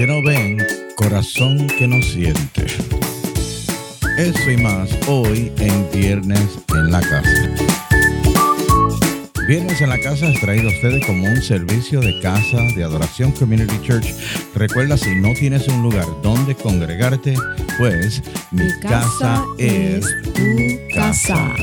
que no ven, corazón que no siente. Eso y más hoy en Viernes en la Casa. Viernes en la Casa es traído a ustedes como un servicio de casa de Adoración Community Church. Recuerda, si no tienes un lugar donde congregarte, pues mi casa es tu casa.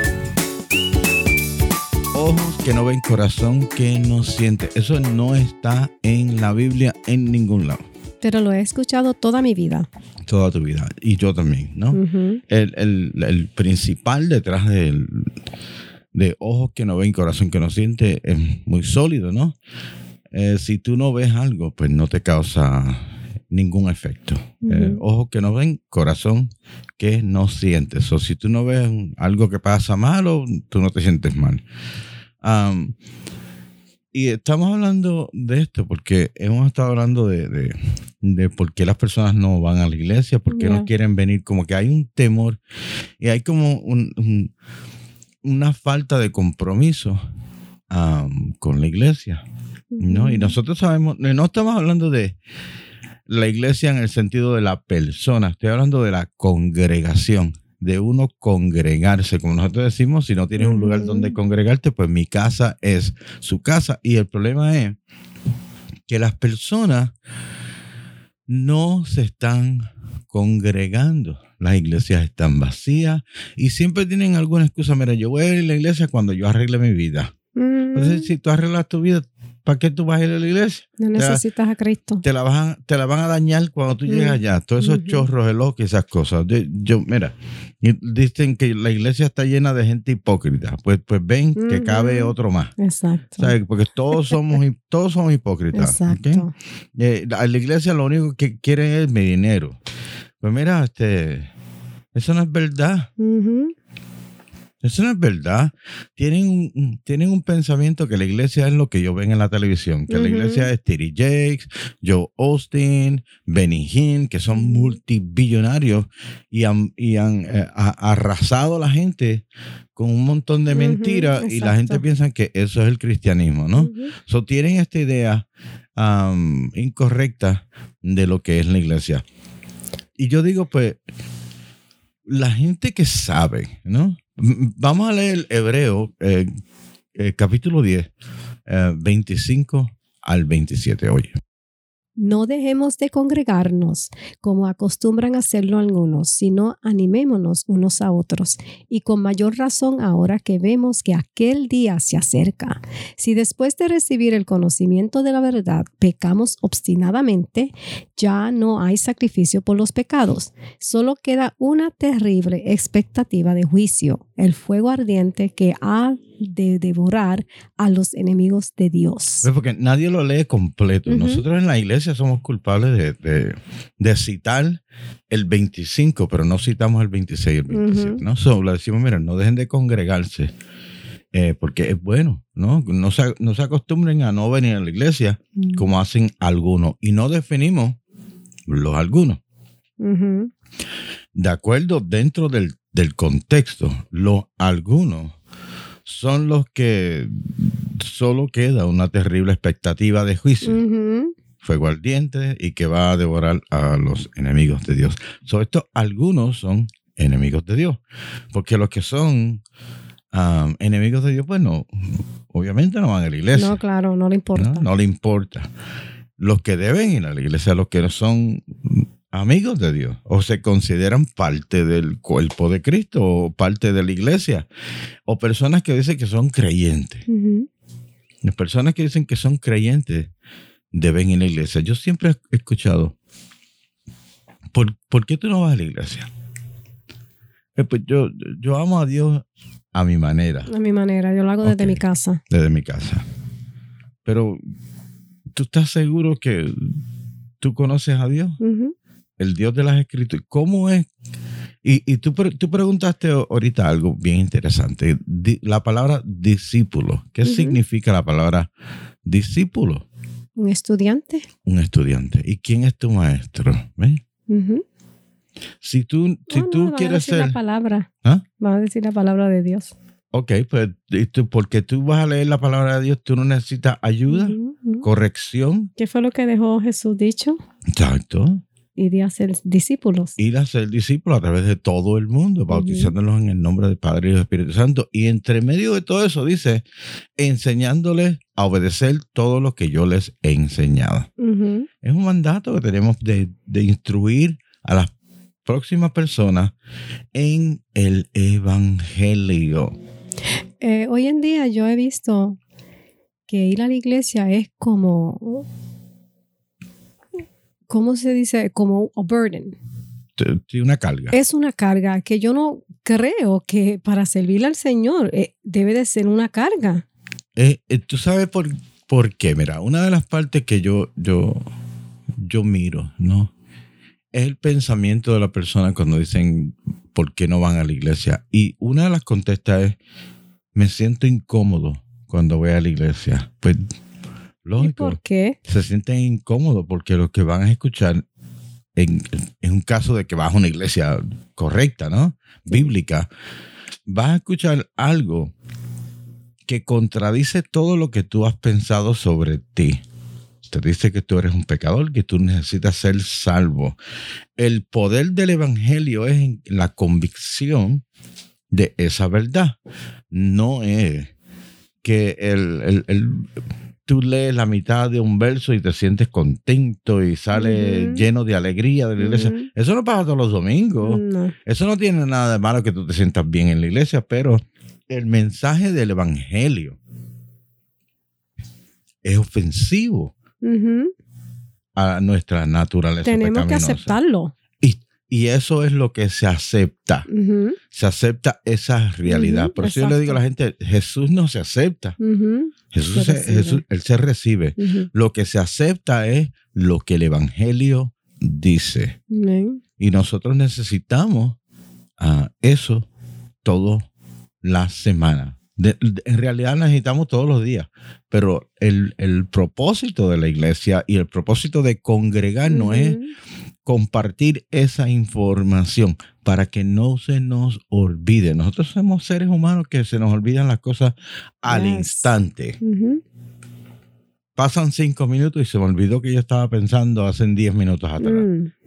Ojos que no ven, corazón que no siente. Eso no está en la Biblia en ningún lado. Pero lo he escuchado toda mi vida. Toda tu vida. Y yo también, ¿no? Uh-huh. El principal detrás de ojos que no ven, corazón que no siente es muy sólido, ¿no? Si tú no ves algo, pues no te causa ningún efecto. Uh-huh. Ojos que no ven, corazón que no siente. O si tú no ves algo que pasa malo, tú no te sientes mal. Y estamos hablando de esto porque hemos estado hablando de por qué las personas no van a la iglesia, por qué no quieren venir. Como que hay un temor y hay como una falta de compromiso con la iglesia, ¿no? Y nosotros sabemos, no estamos hablando de la iglesia en el sentido de la persona, estoy hablando de la congregación, de uno congregarse, como nosotros decimos. Si no tienes un lugar donde congregarte, pues mi casa es su casa. Y el problema es que las personas no se están congregando. Las iglesias están vacías y siempre tienen alguna excusa. Mira, yo voy a ir a la iglesia cuando yo arregle mi vida. Entonces, si tú arreglas tu vida, ¿para qué tú vas a ir a la iglesia? No necesitas a Cristo. Te la van a dañar cuando tú llegas allá. Todos esos chorros de loco y esas cosas. Mira, dicen que la iglesia está llena de gente hipócrita. Pues ven que cabe otro más. Exacto. ¿Sabes? Porque todos somos hipócritas. Exacto. ¿Okay? A la iglesia lo único que quieren es mi dinero. Pues mira, eso no es verdad. Eso no es verdad. Tienen un pensamiento que la iglesia es lo que ellos ven en la televisión, que la iglesia es T.D. Jakes, Joel Osteen, Benny Hinn, que son multibillonarios y han arrasado a la gente con un montón de mentiras y la gente piensa que eso es el cristianismo, ¿no? So, tienen esta idea incorrecta de lo que es la iglesia. Y yo digo, pues, la gente que sabe, ¿no? Vamos a leer Hebreo, capítulo 10, 25 al 27, oye. No dejemos de congregarnos como acostumbran hacerlo algunos, sino animémonos unos a otros, y con mayor razón ahora que vemos que aquel día se acerca. Si después de recibir el conocimiento de la verdad pecamos obstinadamente, ya no hay sacrificio por los pecados. Solo queda una terrible expectativa de juicio, el fuego ardiente que ha de devorar a los enemigos de Dios. Porque nadie lo lee completo. Nosotros en la iglesia somos culpables de citar el 25, pero no citamos el 26 y el 27, ¿no? Le decimos, mira, no dejen de congregarse, porque es bueno, ¿no? No se acostumbren a no venir a la iglesia como hacen algunos. Y no definimos los algunos. De acuerdo, dentro del contexto, los algunos son los que solo queda una terrible expectativa de juicio, fuego ardiente y que va a devorar a los enemigos de Dios. Estos algunos son enemigos de Dios, porque los que son enemigos de Dios, pues no, obviamente no van a la iglesia. No, claro, no le importa. No le importa. Los que deben ir a la iglesia, los que son amigos de Dios o se consideran parte del cuerpo de Cristo o parte de la iglesia, o personas que dicen que son creyentes. Las personas que dicen que son creyentes deben ir a la iglesia. Yo siempre he escuchado, ¿por qué tú no vas a la iglesia? Pues yo amo a Dios a mi manera. A mi manera, yo lo hago desde mi casa. Desde mi casa. Pero, ¿tú estás seguro que tú conoces a Dios? El Dios de las Escrituras. ¿Cómo es? Y tú preguntaste ahorita algo bien interesante. La palabra discípulo. ¿Qué significa la palabra discípulo? Un estudiante. Un estudiante. ¿Y quién es tu maestro? ¿Ves? Si tú quieres ser... la palabra. ¿Ah? Va a decir la palabra de Dios. Ok, pues porque tú vas a leer la palabra de Dios, tú no necesitas ayuda, corrección. ¿Qué fue lo que dejó Jesús dicho? Exacto. Ir a ser discípulos. Ir a ser discípulos a través de todo el mundo, bautizándolos en el nombre del Padre y del Espíritu Santo. Y entre medio de todo eso dice, enseñándoles a obedecer todo lo que yo les he enseñado. Es un mandato que tenemos de instruir a las próximas personas en el Evangelio. Hoy en día yo he visto que ir a la iglesia es como, ¿cómo se dice? Como a burden. Una carga. Es una carga que yo no creo que para servirle al Señor debe de ser una carga. ¿Tú sabes por qué? Mira, una de las partes que yo miro, ¿no? Es el pensamiento de la persona cuando dicen ¿por qué no van a la iglesia? Y una de las contestas es me siento incómodo cuando voy a la iglesia. Pues lógico. ¿Y por qué? Se sienten incómodos porque lo que van a escuchar en un caso de que vas a una iglesia correcta, ¿no? Bíblica, vas a escuchar algo que contradice todo lo que tú has pensado sobre ti. Te dice que tú eres un pecador, que tú necesitas ser salvo. El poder del evangelio es en la convicción de esa verdad. No es que tú lees la mitad de un verso y te sientes contento y sales lleno de alegría de la iglesia. Eso no pasa todos los domingos. No. Eso no tiene nada de malo que tú te sientas bien en la iglesia, pero el mensaje del evangelio es ofensivo a nuestra naturaleza Tenemos pecaminosa. que aceptarlo. Y eso es lo que se acepta. Se acepta esa realidad. Por eso yo le digo a la gente, Jesús no se acepta. Jesús, Él se recibe. Lo que se acepta es lo que el evangelio dice. Y nosotros necesitamos eso toda la semana. En realidad necesitamos todos los días, pero el propósito de la iglesia y el propósito de congregarnos es compartir esa información para que no se nos olvide. Nosotros somos seres humanos que se nos olvidan las cosas al instante. Pasan 5 minutos y se me olvidó que yo estaba pensando hace 10 minutos atrás.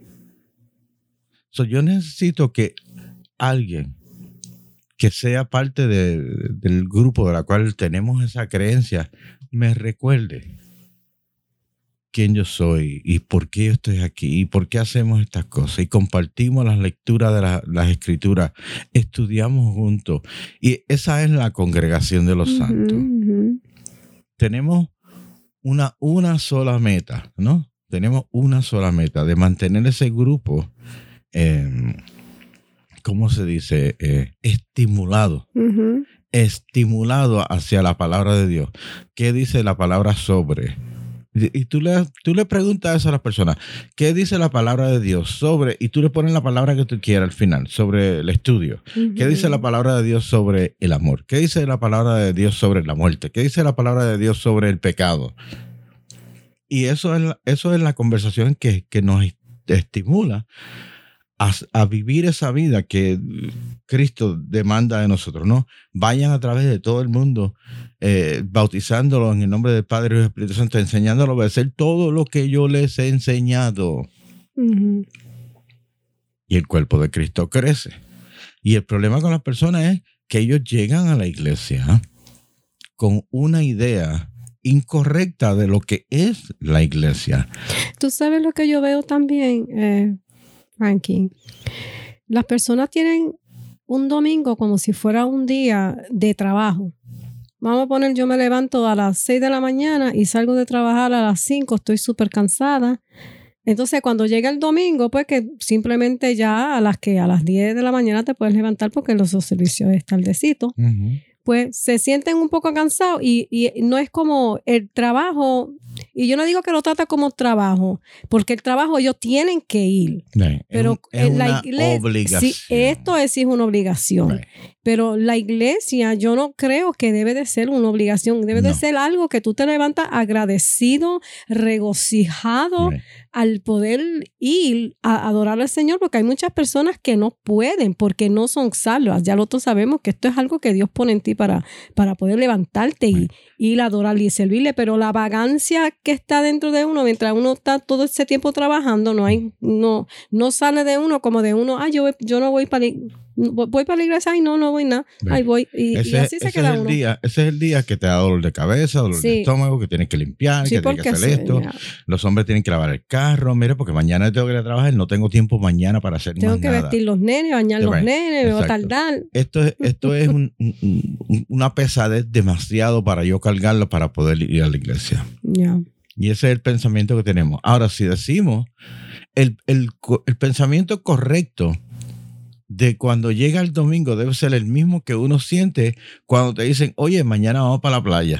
Yo necesito que alguien que sea parte del grupo de la cual tenemos esa creencia me recuerde quién yo soy y por qué yo estoy aquí y por qué hacemos estas cosas. Y compartimos las lecturas de las escrituras, estudiamos juntos. Y esa es la congregación de los santos. Tenemos una sola meta, ¿no? Tenemos una sola meta de mantener ese grupo, ¿cómo se dice? Estimulado. Estimulado hacia la palabra de Dios. ¿Qué dice la palabra sobre? Y tú le preguntas eso a las personas. ¿Qué dice la palabra de Dios sobre? Y tú le pones la palabra que tú quieras al final, sobre el estudio. ¿Qué dice la palabra de Dios sobre el amor? ¿Qué dice la palabra de Dios sobre la muerte? ¿Qué dice la palabra de Dios sobre el pecado? Y eso es la conversación que nos estimula a vivir esa vida que Cristo demanda de nosotros, ¿no? Vayan a través de todo el mundo, bautizándolos en el nombre del Padre y del Espíritu Santo, enseñándolos a obedecer todo lo que yo les he enseñado. Y el cuerpo de Cristo crece. Y el problema con las personas es que ellos llegan a la iglesia con una idea incorrecta de lo que es la iglesia. Tú sabes lo que yo veo también, Frankie. Las personas tienen un domingo como si fuera un día de trabajo. Vamos a poner, yo me levanto a las 6 de la mañana y salgo de trabajar a las 5, estoy súper cansada. Entonces, cuando llega el domingo, pues que simplemente ya a las 10 de la mañana te puedes levantar porque los servicios es tardecito. Pues se sienten un poco cansados y no es como el trabajo Y yo no digo que lo trata como trabajo, porque el trabajo ellos tienen que ir. Right. Pero es la una iglesia, obligación. sí, esto sí es una obligación. Right. Pero la iglesia yo no creo que debe de ser una obligación. Debe de ser algo que tú te levantas agradecido, regocijado Right. al poder ir a adorar al Señor, porque hay muchas personas que no pueden porque no son salvas. Ya nosotros sabemos que esto es algo que Dios pone en ti para poder levantarte y ir a adorarle y servirle, pero la vagancia que está dentro de uno, mientras uno está todo ese tiempo trabajando, no sale de uno como de uno, yo no voy para la iglesia, no voy nada, ahí voy, y así se queda uno. Ese es el día que te da dolor de cabeza, dolor de estómago, que tienes que limpiar, que tienes que hacer esto. Los hombres tienen que lavar el carro, mire, porque mañana tengo que ir a trabajar, no tengo tiempo mañana para hacer más nada. Tengo que vestir los nenes, bañar los nenes, me voy a tardar. Esto es una pesadez demasiado para yo cargarlo para poder ir a la iglesia. Y ese es el pensamiento que tenemos. Ahora, si decimos el pensamiento correcto de cuando llega el domingo debe ser el mismo que uno siente cuando te dicen, oye, mañana vamos para la playa.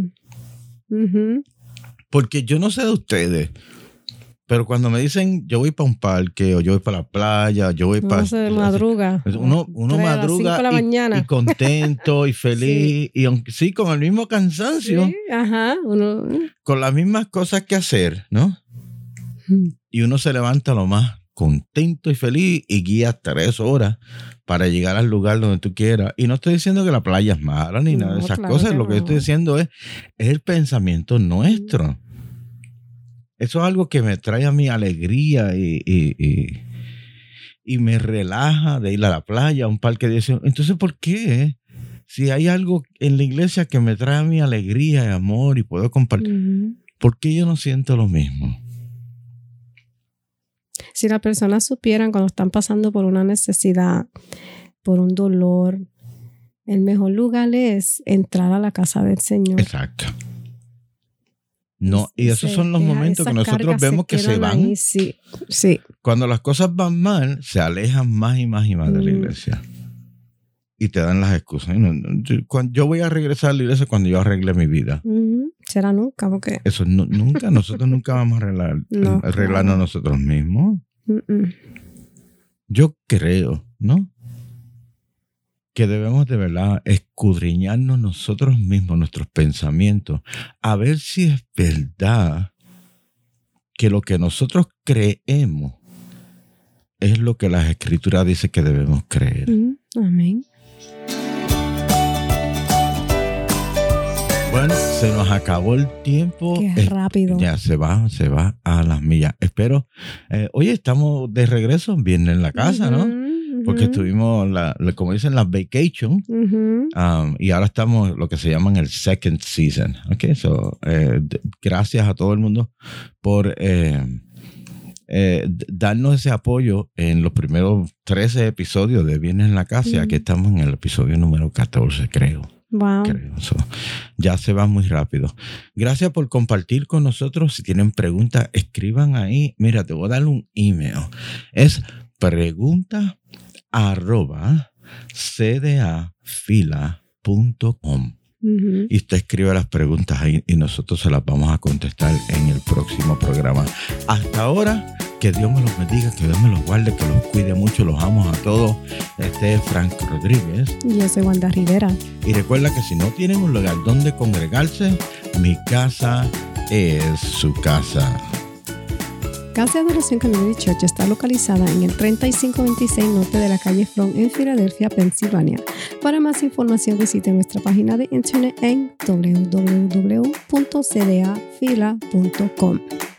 Porque yo no sé de ustedes, pero cuando me dicen yo voy para un parque o yo voy para la playa, yo voy para... madruga. Uno madruga y contento y feliz y aunque sí, con el mismo cansancio, con las mismas cosas que hacer, ¿no? Y uno se levanta lo más contento y feliz y guía 3 horas para llegar al lugar donde tú quieras. Y no estoy diciendo que la playa es mala ni nada de esas cosas. Lo que estoy diciendo es el pensamiento nuestro. Eso es algo que me trae a mí alegría y me relaja de ir a la playa, a un parque de eso. Entonces, ¿por qué? Si hay algo en la iglesia que me trae a mí alegría y amor y puedo compartir, ¿por qué yo no siento lo mismo? Si las personas supieran cuando están pasando por una necesidad, por un dolor, el mejor lugar es entrar a la casa del Señor. Exacto. No, y esos son los momentos que nosotros vemos que se van. Ahí, sí. Cuando las cosas van mal, se alejan más y más y más de la iglesia. Y te dan las excusas. Yo voy a regresar a la iglesia cuando yo arregle mi vida. ¿Será nunca? Porque eso nunca. Nosotros nunca vamos a arreglarnos nosotros mismos. Yo creo, ¿no? Que debemos de verdad escudriñarnos nosotros mismos, nuestros pensamientos, a ver si es verdad que lo que nosotros creemos es lo que las Escrituras dicen que debemos creer. Amén. Bueno, se nos acabó el tiempo. Qué rápido. Ya se va a las millas. Espero. Oye, estamos de regreso, bien en la casa, ¿no? Porque estuvimos, como dicen, las vacation. Y ahora estamos lo que se llama en el second season. Okay, so, gracias a todo el mundo por darnos ese apoyo en los primeros 13 episodios de Viernes en la Casa. Aquí estamos en el episodio número 14, creo. Wow. So, ya se va muy rápido. Gracias por compartir con nosotros. Si tienen preguntas, escriban ahí. Mira, te voy a dar un email. Es pregunta@cdafila.com. Y usted escribe las preguntas ahí y nosotros se las vamos a contestar en el próximo programa. Hasta ahora, que Dios me los bendiga, que Dios me los guarde, que los cuide mucho, los amo a todos. Este es Frank Rodríguez. Y yo soy Wanda Rivera. Y recuerda que si no tienen un lugar donde congregarse, mi casa es su casa. Casa de Adoración Community Church está localizada en el 3526 norte de la calle Front en Filadelfia, Pensilvania. Para más información visite nuestra página de internet en www.cdafila.com.